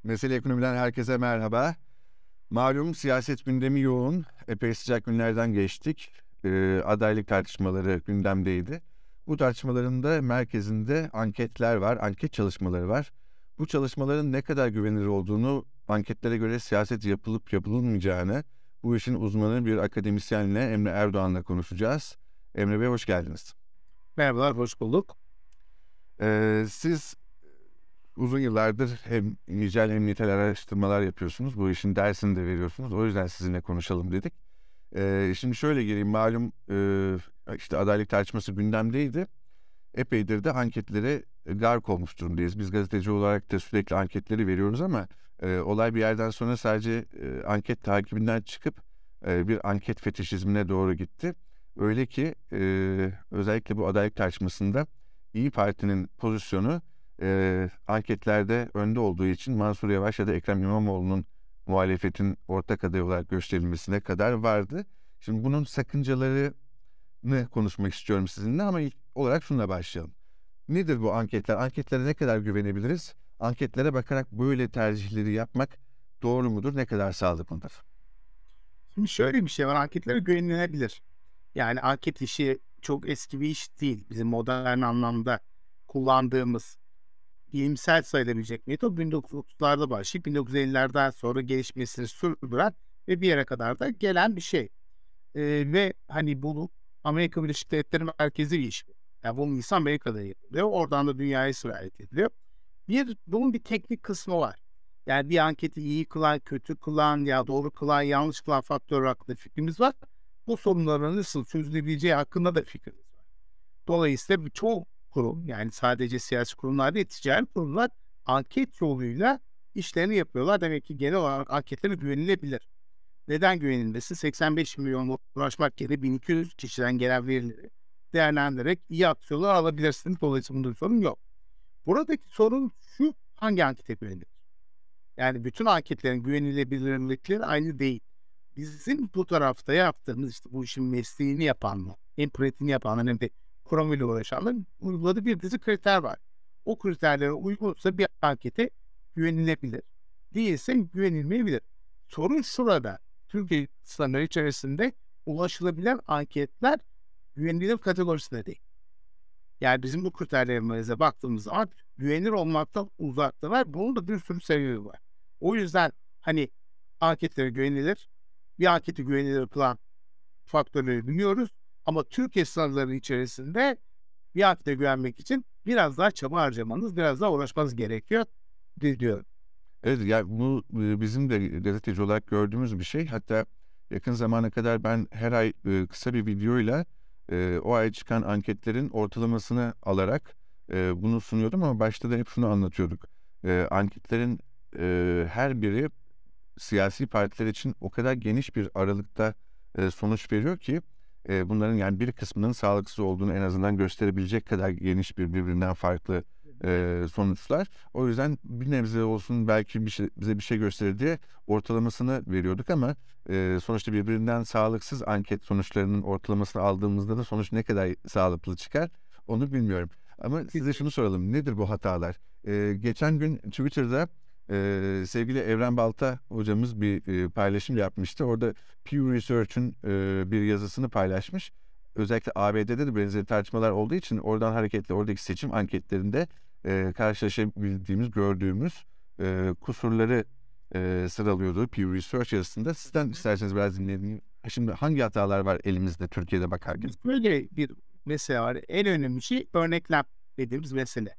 Mesele Ekonomi'den herkese merhaba. Malum siyaset gündemi yoğun. Epey sıcak günlerden geçtik. Adaylık tartışmaları gündemdeydi. Bu tartışmaların da merkezinde anketler var, anket çalışmaları var. Bu çalışmaların ne kadar güvenilir olduğunu, anketlere göre siyaset yapılıp yapılmayacağını, bu işin uzmanı bir akademisyenle Emre Erdoğan'la konuşacağız. Emre Bey hoş geldiniz. Merhabalar, hoş bulduk. Siz uzun yıllardır hem nicel hem nitel araştırmalar yapıyorsunuz. Bu işin dersini de veriyorsunuz. O yüzden sizinle konuşalım dedik. Şimdi şöyle gireyim. Malum işte adaylık tartışması gündemdeydi. Epeydir de anketlere gark olmuş durumdayız. Biz gazeteci olarak da sürekli anketleri veriyoruz ama olay bir yerden sonra sadece anket takibinden çıkıp bir anket fetişizmine doğru gitti. Öyle ki özellikle bu adaylık tartışmasında İYİ Parti'nin pozisyonu anketlerde önde olduğu için Mansur Yavaş ya da Ekrem İmamoğlu'nun muhalefetin ortak adayı olarak gösterilmesine kadar vardı. Şimdi bunun sakıncalarını konuşmak istiyorum sizinle ama ilk olarak şununla başlayalım. Nedir bu anketler? Anketlere ne kadar güvenebiliriz? Anketlere bakarak böyle tercihleri yapmak doğru mudur? Ne kadar sağlıklıdır? Şimdi şöyle bir şey var, anketlere güvenilebilir. Yani anket işi çok eski bir iş değil. Bizim modern anlamda kullandığımız bilimsel sayılabilecek metot 1930'larda başlayıp 1950'lerden sonra gelişmesini sürdüren ve bir yere kadar da gelen bir şey. Ve hani bunu Amerika Birleşik Devletleri merkezi bir iş. Yani bunun ise Amerika'da yapılıyor. Oradan da dünyaya sirayet ediliyor. Bunun bir teknik kısmı var. Yani bir anketi iyi kılan, kötü kılan ya doğru kılan, yanlış kılan faktör hakkında fikrimiz var. Bu sorunların nasıl çözülebileceği hakkında da fikrimiz var. Dolayısıyla çoğu kurum, yani sadece siyasi kurumlar değil, ticari kurumlar anket yoluyla işlerini yapıyorlar. Demek ki genel olarak anketlere güvenilebilir. Neden güvenilmesi? 85 milyon uğraşmak yerine 1200 kişiden gelen verileri değerlendirerek iyi aksiyonlar alabilirsiniz. Dolayısıyla bunda bir sorun yok. Buradaki sorun şu: hangi ankete güvenilir? Yani bütün anketlerin güvenilirlikleri aynı değil. Bizim bu tarafta yaptığımız, işte bu işin mesleğini yapanlar, hem pratiğini yapanlar hem de kuramıyla uğraşanların uyguladığı bir dizi kriter var. O kriterlere uygunsa bir ankete güvenilebilir. Değilse güvenilmeyebilir. Sorun şurada: Türkiye sınırları içerisinde ulaşılabilen anketler güvenilir kategorisinde değil. Yani bizim bu kriterlerimize baktığımız zaman güvenilir olmaktan uzaktalar. Bunun da bir sürü sebebi var. O yüzden hani anketlere güvenilir, bir anketi güvenilir kılan faktörleri biliyoruz. Ama Türkiye sınırları içerisinde bir ankete güvenmek için biraz daha çaba harcamanız, biraz daha uğraşmanız gerekiyor diyorum. Evet, yani bu bizim de gazeteci olarak gördüğümüz bir şey. Hatta yakın zamana kadar ben her ay kısa bir videoyla o ay çıkan anketlerin ortalamasını alarak bunu sunuyordum ama başta da hep şunu anlatıyorduk. Anketlerin her biri siyasi partiler için o kadar geniş bir aralıkta sonuç veriyor ki bunların yani bir kısmının sağlıksız olduğunu en azından gösterebilecek kadar geniş birbirinden farklı sonuçlar. O yüzden bir nebze olsun belki bize bir şey gösterir diye ortalamasını veriyorduk ama sonuçta birbirinden sağlıksız anket sonuçlarının ortalamasını aldığımızda da sonuç ne kadar sağlıklı çıkar onu bilmiyorum. Ama size şunu soralım. Nedir bu hatalar? Geçen gün Twitter'da sevgili Evren Balta hocamız bir paylaşım yapmıştı. Orada Pew Research'ın bir yazısını paylaşmış. Özellikle ABD'de de benzeri tartışmalar olduğu için oradan hareketle oradaki seçim anketlerinde karşılaşabildiğimiz, gördüğümüz kusurları sıralıyordu Pew Research yazısında. Sizden isterseniz biraz dinleyelim. Şimdi hangi hatalar var elimizde Türkiye'de bakarken? Böyle bir mesele var. En önemli şey örneklem dediğimiz mesele.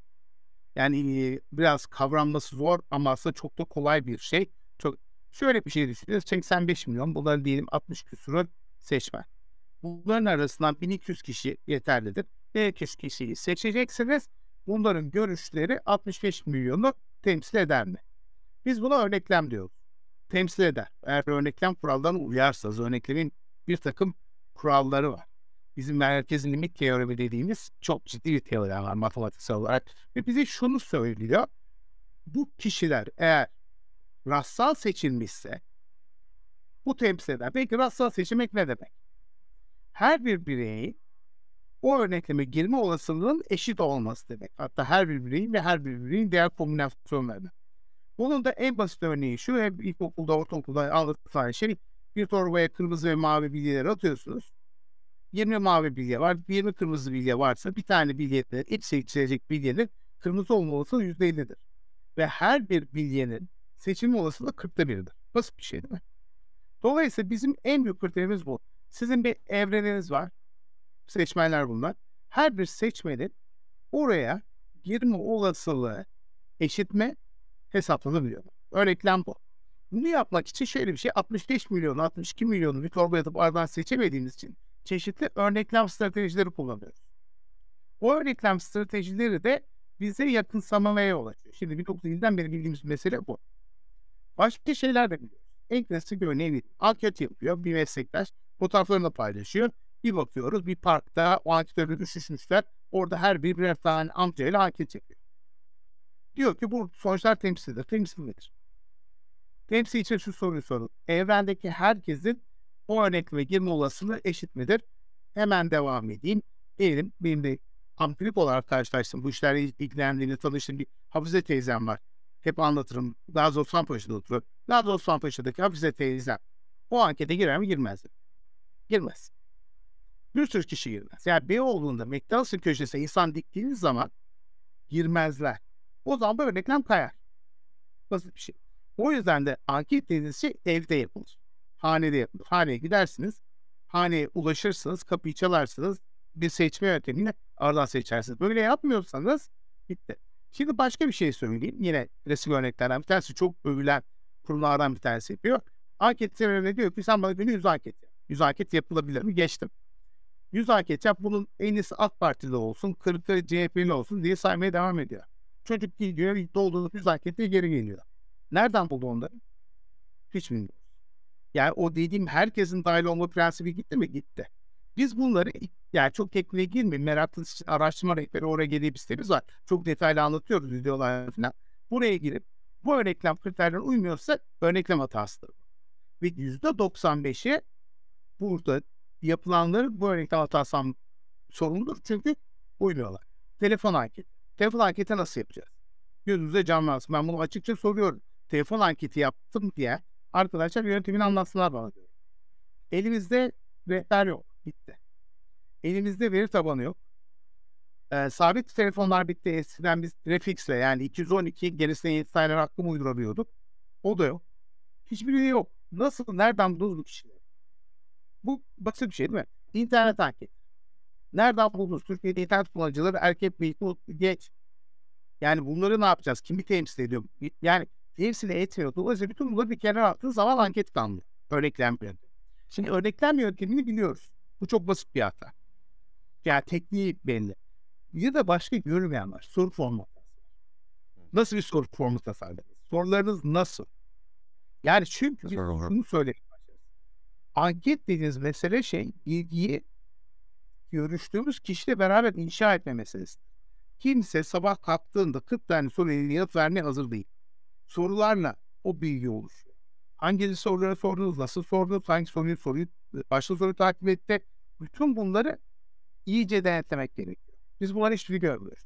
Yani biraz kavranması zor ama aslında çok da kolay bir şey. Şöyle bir şey düşünüyoruz. 85 milyon, bunların diyelim 60 küsur seçmen. Bunların arasından 1200 kişi yeterlidir. 1200 kişiyi seçeceksiniz. Bunların görüşleri 65 milyonu temsil eder mi? Biz buna örneklem diyoruz. Temsil eder. Eğer örneklem kurallarına uyarsanız, örneklemin bir takım kuralları var. Bizim merkezi limit teoremi dediğimiz çok ciddi bir teori var matematiksel olarak. Ve bize şunu söylüyor: bu kişiler eğer rastsal seçilmişse bu temsil eder. Peki rastsal seçilmek ne demek? Her bir bireyin o örnekleme girme olasılığının eşit olması demek. Hatta her bir bireyin ve her bir bireyin diğer kombinasyonlarına. Bunun da en basit örneği şu. Hep ilkokulda, ortaokulda anlatılan şey. Bir torbaya kırmızı ve mavi bilyeler atıyorsunuz. 20 mavi bilye var, 20 kırmızı bilye varsa bir tane bilyede iç seçilecek bilyenin kırmızı olma olasılığı %50'dir. Ve her bir bilyenin seçilme olasılığı 40'ta 1'dir. Basit bir şey değil mi? Dolayısıyla bizim en büyük kriterimiz bu. Sizin bir evreniniz var. Seçmenler bunlar. Her bir seçmenin oraya girme olasılığı eşit mi hesaplanabiliyor. Örneklem bu. Bunu yapmak için şöyle bir şey, 65 milyonu, 62 milyonu bir torba atıp aradan seçemediğimiz için çeşitli örneklem stratejileri kullanıyoruz. O örneklem stratejileri de bize yakınsamaya yol açıyor. Şimdi 1950'den beri bildiğimiz mesele bu. Başka şeyler de biliyoruz. En klasik örneği anket yapıyor. Bir meslektaş fotoğraflarını paylaşıyor. Bir bakıyoruz bir parkta o anketörü düşüşmüşler. Orada her biri birer tane amcayla anket yapıyor. Diyor ki bu sonuçlar temsildir. Temsil midir? Temsil için şu soruyu sorun. Evrendeki herkesin o örnekleme girme olasılığı eşit midir? Hemen devam edeyim. Diyelim benim de ampirik olarak karşılaştım. Bu işlerle ilgilendiğimde tanıştığım bir Hafize teyzem var. Hep anlatırım. Gazi Osman Paşa'da oturuyor. Gazi Osman Paşa'daki Hafize teyzem o ankete girer mi girmez mi? Girmez. Bir sürü kişi girmez. Yani Beyoğlu'nda McDonald's'ın köşesine insan diktiğiniz zaman girmezler. O zaman bu örneklem kayar. Basit bir şey. O yüzden de anket dediğiniz şey evde yapılır. Hanede yapılır. Haneye gidersiniz. Haneye ulaşırsınız. Kapıyı çalarsınız. Bir seçme yöntemiyle aradan seçersiniz. Böyle yapmıyorsanız bitti. Şimdi başka bir şey söyleyeyim. Yine klasik örneklerden bir tanesi, çok övülen kurumlardan bir tanesi yapıyor. Anket severine diyor ki sen bana günü 100 anket yap. 100 anket yapılabilir mi? Geçtim. 100 anket yap. Bunun en iyisi AK Parti'de olsun, 40'ı CHP'li olsun diye saymaya devam ediyor. Çocuk gidiyor, dolduğu 100 ankette geri geliyor. Nereden buldu onları? Hiç bilmiyorum. Yani o dediğim herkesin dahil olma prensibi gitti mi? Gitti. Biz bunları, yani çok tekniğe girmeyeyim, meraklısı için araştırma rehberi oraya gelip sitemiz var. Çok detaylı anlatıyoruz videolar falan. Buraya girip bu örneklem kriterlerine uymuyorsa örneklem hatasıdır. Ve %95'i burada yapılanların bu örneklem hatasından sorumludur. Çünkü uymuyorlar. Telefon anketi. Telefon anketi nasıl yapacağız? Gözünüze canlansın. Ben bunu açıkça soruyorum. Telefon anketi yaptım diye arkadaşlar yöntemini anlatsınlar bana diyor. Elimizde rehber yok. Bitti. Elimizde veri tabanı yok. Sabit telefonlar bitti. Eskiden biz prefixle, yani 212 gerisine 7 tane rakam uydurabiliyorduk. O da yok. Hiçbiri yok. Nasıl? Nereden buldunuz bu kişileri? Bu basit bir şey değil mi? İnternet anketi. Nereden buldunuz? Türkiye'de internet kullanıcıları erkek, büyük, genç. Yani bunları ne yapacağız? Kimi temsil ediyor? Yani temsil etmiyor. Dolayısıyla bütün bunları bir kenara attığı zaman anket kalmıyor. Örneklem yöntemi. Şimdi örneklem yöntemini biliyoruz. Bu çok basit bir hata. Yani tekniği belli. Bir de başka görmeyen var. Soru formu hatası. Nasıl bir soru formu tasarladınız? Sorularınız nasıl? Yani çünkü biz şunu söylemek başlıyoruz. Anket dediğiniz mesele bilgiyi görüştüğümüz kişiyle beraber inşa etme meselesi. Kimse sabah kalktığında 40 tane soruya yanıt vermeye hazır değil. Sorularla o bilgi oluşuyor. Hangi soruları sordunuz, nasıl sordunuz, hangi soruyu başka soruyu takip etti. Bütün bunları iyice denetlemek gerekiyor. Biz bunları hiçbiri görmüyoruz.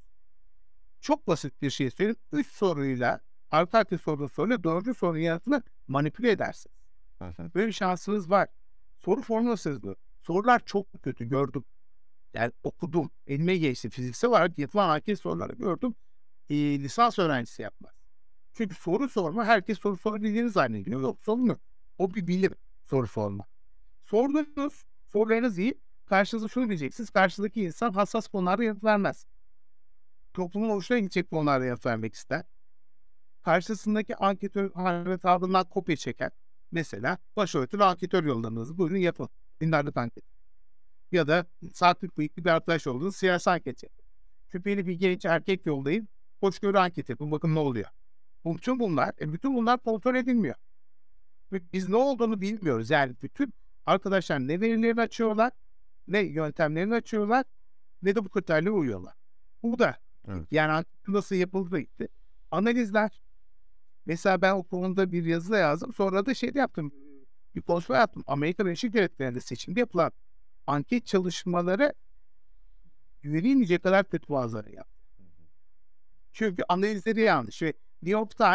Çok basit bir şey söyleyeyim. 3 soruyla, arka arkaya soruyla 4. sorunun yanıtını manipüle edersiniz. Böyle bir şansınız var. Soru formülası bu. Sorular çok kötü, gördüm. Yani okudum. Elime geçti. Fiziksel olarak yapılan anket soruları gördüm. Lisans öğrencisi yapmaz. Çünkü soru sorma, herkes soru sorabildiğini zannediyor. Yok, sormuyor. O bir bilim, soru sorma. Sordunuz, sorularınız iyi. Karşınızda şunu diyeceksiniz. Karşıdaki insan hassas konularda yanıt vermez. Toplumun hoşuna gidecek konularda yanıt vermek ister. Karşısındaki anketör tavrından kopya çeker. Mesela başörtülü anketör yolladınız. Buyurun yapın. Dindarlık anketi. Ya da saatlik bıyıklı bir arkadaş olduğunuz siyasi anket yapın. Şüpheli bir genç erkek yollayın. Hoşgörü anketi yapın. Bakın ne oluyor. Bütün bunlar kontrol edilmiyor. Biz ne olduğunu bilmiyoruz. Yani bütün arkadaşlar ne verilerini açıyorlar, ne yöntemlerini açıyorlar, ne de bu kriterlere uyuyorlar. Bu da yani nasıl yapıldı gitti. Analizler. Mesela ben o konuda bir yazı yazdım. Sonra da yaptım. Bir konuşma yaptım. Amerika Birleşik Devletleri'nde seçimde yapılan anket çalışmaları güvenilmeyecek kadar kötü bazıları yaptı. Çünkü analizleri yanlış. Ve New York Times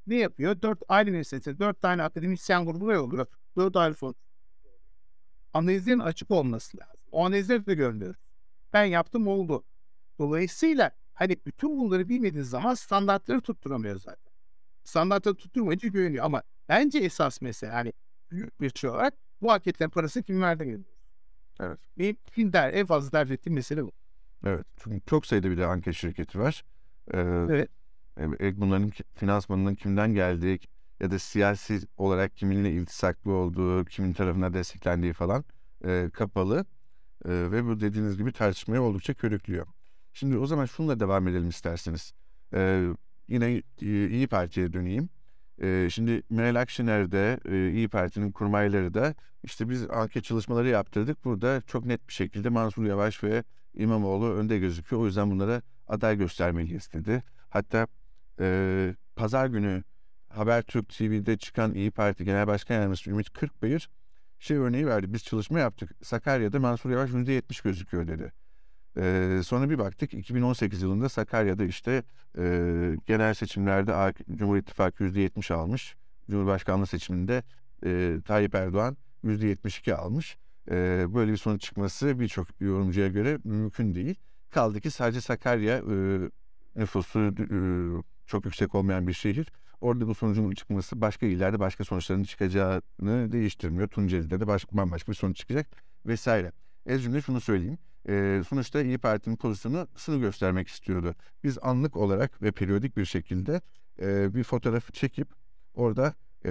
Ne yapıyor? Aynı üniversitede 4 tane akademisyen grubuna yolluyor. 4 ayrı sonuç. Analizlerin açık olması lazım. O analizleri de görmüyoruz. Ben yaptım, oldu. Dolayısıyla hani bütün bunları bilmediğiniz zaman standartları tutturamıyor zaten. Standartları tutturmayınca güveniyor ama bence esas mesele hani büyük bir şey olarak bu anketlerin parası kim verdi geliyor. Evet. Benim en fazla dert ettiğim mesele bu. Evet. Çünkü çok sayıda bir de anket şirketi var. Evet. Bunların finansmanının kimden geldiği ya da siyasi olarak kiminle iltisaklı olduğu, kimin tarafına desteklendiği falan kapalı. Ve bu dediğiniz gibi tartışmaya oldukça körüklüyor. Şimdi o zaman şununla devam edelim isterseniz. Yine İyi Parti'ye döneyim. Şimdi Meral Akşener de İyi Parti'nin kurmayları da işte biz anket çalışmaları yaptırdık. Burada çok net bir şekilde Mansur Yavaş ve İmamoğlu önde gözüküyor. O yüzden bunlara aday göstermeliyiz dedi. Hatta Pazar günü Habertürk TV'de çıkan İyi Parti Genel Başkan Yardımcısı Ümit Kırkbayır örneği verdi. Biz çalışma yaptık. Sakarya'da Mansur Yavaş %70 gözüküyor dedi. Sonra bir baktık 2018 yılında Sakarya'da işte genel seçimlerde Cumhur İttifakı %70 almış. Cumhurbaşkanlığı seçiminde Tayyip Erdoğan %72 almış. Böyle bir sonuç çıkması birçok yorumcuya göre mümkün değil. Kaldı ki sadece Sakarya nüfusu çok yüksek olmayan bir şehir. Orada bu sonucun çıkması başka illerde başka sonuçların çıkacağını değiştirmiyor. Tunceli'de de bambaşka bir sonuç çıkacak vesaire. Ez cümle şunu söyleyeyim. Sonuçta İyi Parti'nin pozisyonu şunu göstermek istiyordu. Biz anlık olarak ve periyodik bir şekilde bir fotoğrafı çekip orada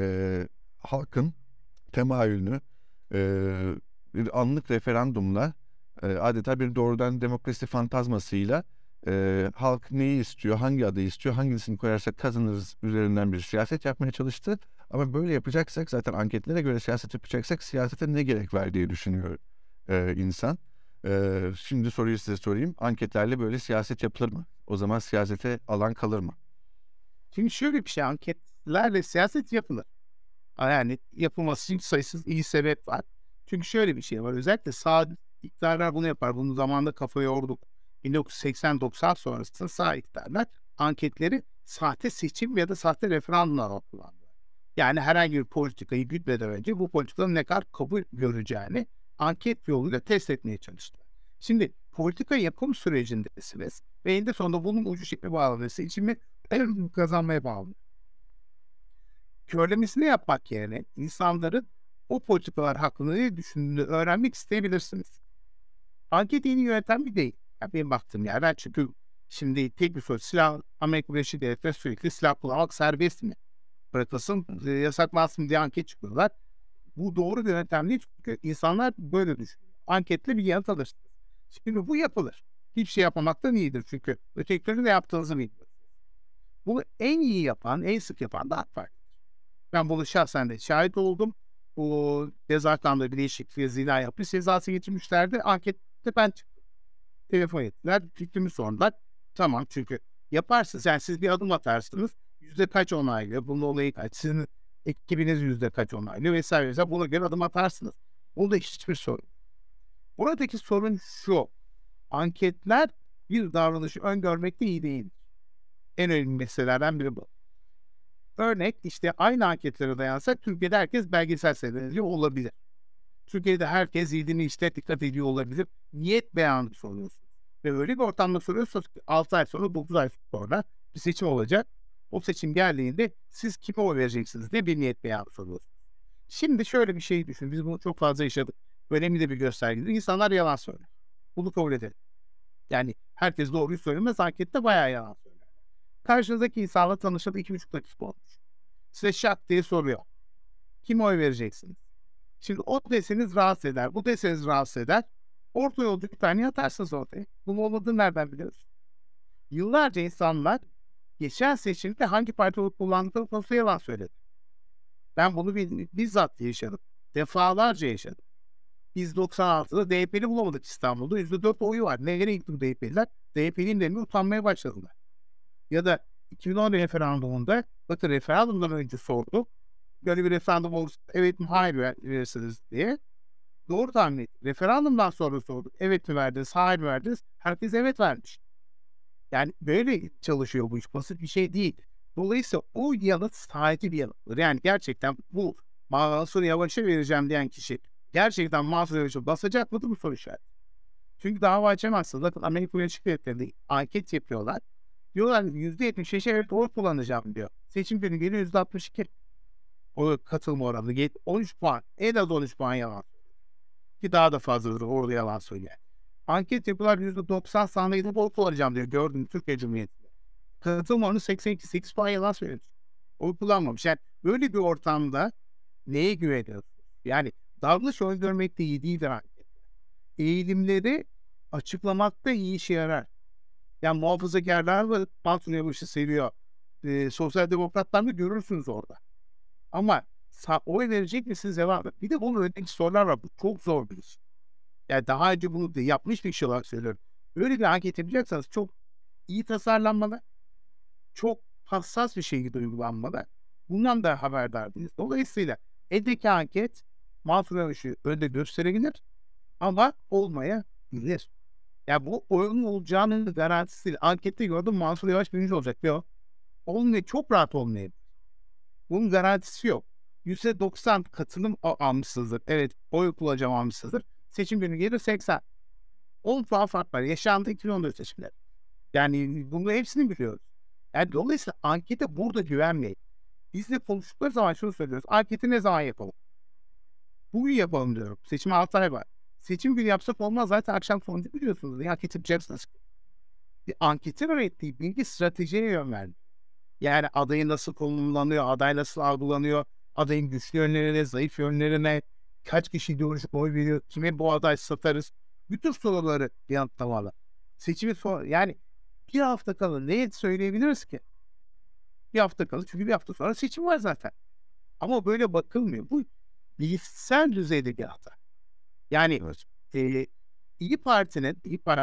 halkın temayülünü bir anlık referandumla adeta bir doğrudan demokrasi fantazmasıyla halk neyi istiyor, hangi adayı istiyor, hangisini koyarsak kazanırız üzerinden bir siyaset yapmaya çalıştı. Ama böyle yapacaksak zaten anketlere göre siyaset yapacaksak siyasete ne gerek var diye düşünüyor insan. Şimdi soruyu size sorayım. Anketlerle böyle siyaset yapılır mı? O zaman siyasete alan kalır mı? Şimdi şöyle bir şey, anketlerle siyaset yapılır. Yani yapılması için sayısız iyi sebep var. Çünkü şöyle bir şey var. Özellikle sağ iktidarlar bunu yapar. Bunu zamanında kafa yorduk. 1980-90 sonrasında sağ iktidarlar anketleri sahte seçim ya da sahte referandumla kullandı. Yani herhangi bir politikayı gütmeden önce bu politikanın ne kadar kabul göreceğini anket yoluyla test etmeye çalıştılar. Şimdi politika yapım sürecindesiniz ve eninde sonunda bunun ucu şekli bağlanıyor. Seçimi kazanmaya bağlı. Körlemesini yapmak yerine insanların o politikalar hakkında ne düşündüğünü öğrenmek isteyebilirsiniz. Anket yeni yöntem bir değil. Ya benim baktığım yerden çünkü şimdi tek bir soru, Amerika Birleşik Devletleri sürekli silah kullanmak serbest mi? Bırakılsın, yasaklansın diye anket çıkıyorlar. Bu doğru bir yöntem değil çünkü insanlar böyle düşünüyor. Anketle bir yanıt alırsınız. Şimdi bu yapılır. Hiçbir şey yapmamaktan iyidir çünkü ötekileri de yaptığınızı bilmiyorsunuz. Bunu en iyi yapan, en sık yapan da AK Parti. Ben bunu şahsen de şahit oldum. Bu Cezarkan'da bir değişikliğe zina yapmış. Cezası getirmişlerdi. Ankette ben çıktım. Telefon ettiler. Fikrimi sordular. Tamam, çünkü yaparsınız. Yani siz bir adım atarsınız. Yüzde kaç onaylıyor? Bunun olayı kaç? Sizin ekibiniz yüzde kaç onaylıyor? Vesaire vesaire. Buna göre adım atarsınız. Bunda hiçbir sorun. Buradaki sorun şu. Anketler bir davranışı öngörmekte iyi değil. En önemli meselelerden biri bu. Örnek işte aynı anketlere dayansak Türkiye'de herkes belgesel seyrediyor olabilir. Türkiye'de herkes yediğini işte dikkat ediyor olabilir. Niyet beyanı soruyorsunuz. Ve öyle bir ortamda soruyorsunuz ki 6 ay sonra 9 ay sonra bir seçim olacak. O seçim geldiğinde siz kime oy vereceksiniz diye bir niyet beyanı soruyorsunuz. Şimdi şöyle bir şey düşün. Biz bunu çok fazla yaşadık. Önemli de bir göstergedir. İnsanlar yalan söyler. Bunu kabul edelim. Yani herkes doğruyu söylemez. Ankette bayağı yalan söyler. Karşınızdaki insanla tanışalı 2,5 dakika olmuş. Size şak diye soruyor. Kime oy vereceksiniz? Şimdi o deseniz rahatsız eder. Bu deseniz rahatsız eder. Orta yolcu bir tane atarsınız ortaya. Bunun olmadığını nereden biliyoruz? Yıllarca insanlar geçen seçimde hangi parti olup kullandıkları konusunda yalan söyledi. Ben bunu bizzat yaşadım. Defalarca yaşadım. Biz 96'da DYP'li bulamadık İstanbul'da. %4 oyu var. Nereye gitti bu DYP'liler? DYP'nin de utanmaya başladılar. Ya da 2010 referandumunda, bakın referandumdan önce sorduk. Böyle bir referandum olursa evet mi hayır verirsiniz diye. Doğru tahmin ettik. Referandumdan sonra sorduk. Evet mi verdiniz, hayır mı verdiniz? Herkes evet vermiş. Yani böyle çalışıyor bu iş. Basit bir şey değil. Dolayısıyla o yanıt sahici bir yanıttır. Yani gerçekten bu Mansur Yavaş'a vereceğim diyen kişi gerçekten Mansur Yavaş'a basacak mıdır, bu soru işareti. Çünkü dava açamazsınız. Bakın Amerika Birleşik Devletleri'nde anket yapıyorlar. Diyorlar %75'e evet oy kullanacağım diyor. Seçim günü geliyor %62. O katılma oranı 13 puan. En az 13 puan yalan. Ki daha da fazladır orada yalan söyleyen. Anket yapıyorlar, %90 sandığa gidip oy kullanacağım diyor. Gördüm Türkiye Cumhuriyeti'nde. Katılma oranı 82. 8 puan yalan söylemiş. Oy kullanmamış. Yani böyle bir ortamda neye güveniyorsunuz? Yani davranış oy görmek de iyi değildir anket. Eğilimleri açıklamakta iyi işe yarar. Yani muhafazakarlar da Mansur Yavaş'ı seviyor. Sosyal demokratlar da görürsünüz orada. Ama oy verecek misiniz? Bir de bunun önündeki sorular var. Bu çok zor bir iş. Yani daha önce bunu da yapmış bir kişi olarak söylüyorum. Böyle bir anket yapacaksanız çok iyi tasarlanmalı. Çok hassas bir şekilde uygulanmalı. Bundan da haberdardınız. Dolayısıyla eldeki anket Mansur Yavaş'ı önde gösterebilir ama olmayabilir. Ya bu oyunun olacağının garantisi değil. Ankette gördüm Mansur Yavaş birinci olacak diyor. Olmuyor. Çok rahat olmayabilir. Bunun garantisi yok. %90 katılım almışsınızdır. Evet, oy kullanacağım almışsınızdır. Seçim günü gelir 80. 10 puan fark var. Yaşandı 2014 seçimler. Yani bunu hepsini biliyoruz. Yani dolayısıyla ankete burada güvenmeyin. Biz de konuştukları zaman şunu söylüyoruz. Anketi ne zaman yapalım? Bugün yapalım diyorum. Seçim 6 ay var. Seçim günü yapsak olmaz. Zaten akşam sonucu biliyorsunuz. Yani anket yapacaksınız. Anketin öğrettiği bilgi stratejiye yön verdi. Yani adayı nasıl konumlanıyor, aday nasıl algılanıyor, adayın güçlü yönlerine, zayıf yönlerine, kaç kişi ideolojik oy veriyor, kime bu aday satarız. Bütün soruları yanıtlamalı. Seçimi yani bir hafta kala ne söyleyebiliriz ki? Bir hafta kala, çünkü bir hafta sonra seçim var zaten. Ama böyle bakılmıyor. Bu bilişsel düzeyde bir hata. Yani Evet. İYİ Parti'nin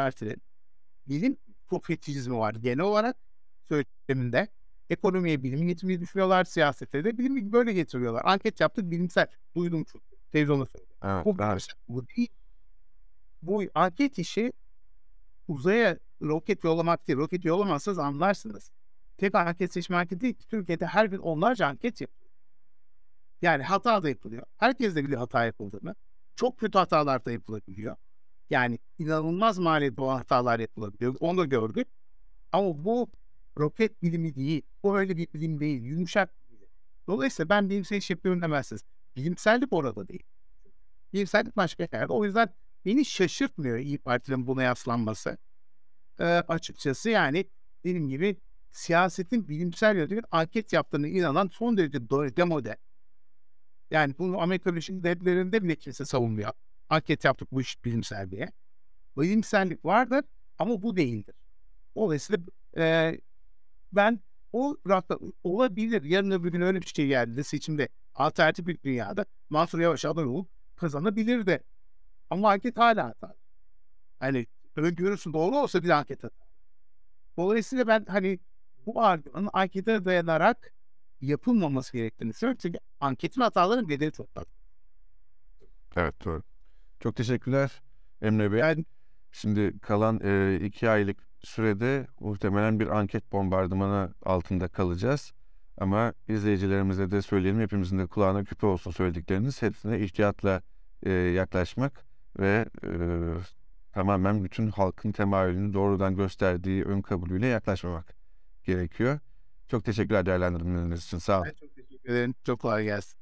bilim profetizmi var genel olarak söyleminde. Ekonomiye bilimi getirmeyi düşünüyorlar, siyasete de bilimi böyle getiriyorlar. Anket yaptık, bilimsel. Duydum çünkü. Televizyonda söyledim. Evet. Bu bilimsel. Bu değil. Bu anket işi uzaya roket yollamak değil. Roket yollamazsanız anlarsınız. Tek anket seçme anketi değil ki. Türkiye'de her gün onlarca anket yapılıyor. Yani hata da yapılıyor. Herkes de biliyor hata yapıldığını. Çok kötü hatalar da yapılabiliyor. Yani inanılmaz maliyetli olan hatalar yapılabiliyor. Onu da gördük. Ama bu roket bilimi değil. Bu öyle bir bilim değil. Yumuşak bir bilim. Dolayısıyla ben bilimsel iş yapıyorum demezsiniz. Bilimsellik orada değil. Bilimsellik başka yerde. O yüzden beni şaşırtmıyor İYİ Parti'nin buna yaslanması. Açıkçası yani dediğim gibi siyasetin bilimsel yönetimin anket yaptığını inanan son derece demode. Yani bunu Amerika Birleşik Devletleri'nde bile kimse savunmuyor. Anket yaptık bu iş bilimsel diye. Bilimsellik vardır ama bu değildir. Dolayısıyla ben o rahatla olabilir. Yarın öbür gün öyle bir şey geldi seçimde. Alternatif bir dünyada Mansur Yavaş aday olup kazanabilir de. Ama anket hala hata. Hani öngörüsü doğru olsa bir anket hata. Dolayısıyla ben hani bu argümanın ankete dayanarak yapılmaması gerektiğini düşünüyorum. Çünkü anketin hatalarının bedeli çok fazla. Evet, doğru. Çok teşekkürler Emre Bey. Yani Şimdi kalan 2 aylık sürede muhtemelen bir anket bombardımanı altında kalacağız. Ama izleyicilerimize de söyleyelim, hepimizin de kulağına küpe olsun söyledikleriniz. Hepsine ihtiyatla yaklaşmak ve tamamen bütün halkın temayülünü doğrudan gösterdiği ön kabulüyle yaklaşmamak gerekiyor. Çok teşekkürler değerlendirmeleriniz için. Sağ olun. ben çok teşekkür ederim. Çok kolay gelsin.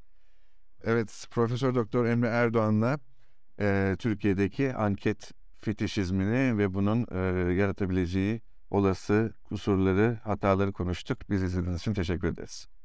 Evet, Profesör Doktor Emre Erdoğan'la Türkiye'deki anket fetişizmini ve bunun yaratabileceği olası kusurları, hataları konuştuk. Bizi izlediğiniz için teşekkür ederiz.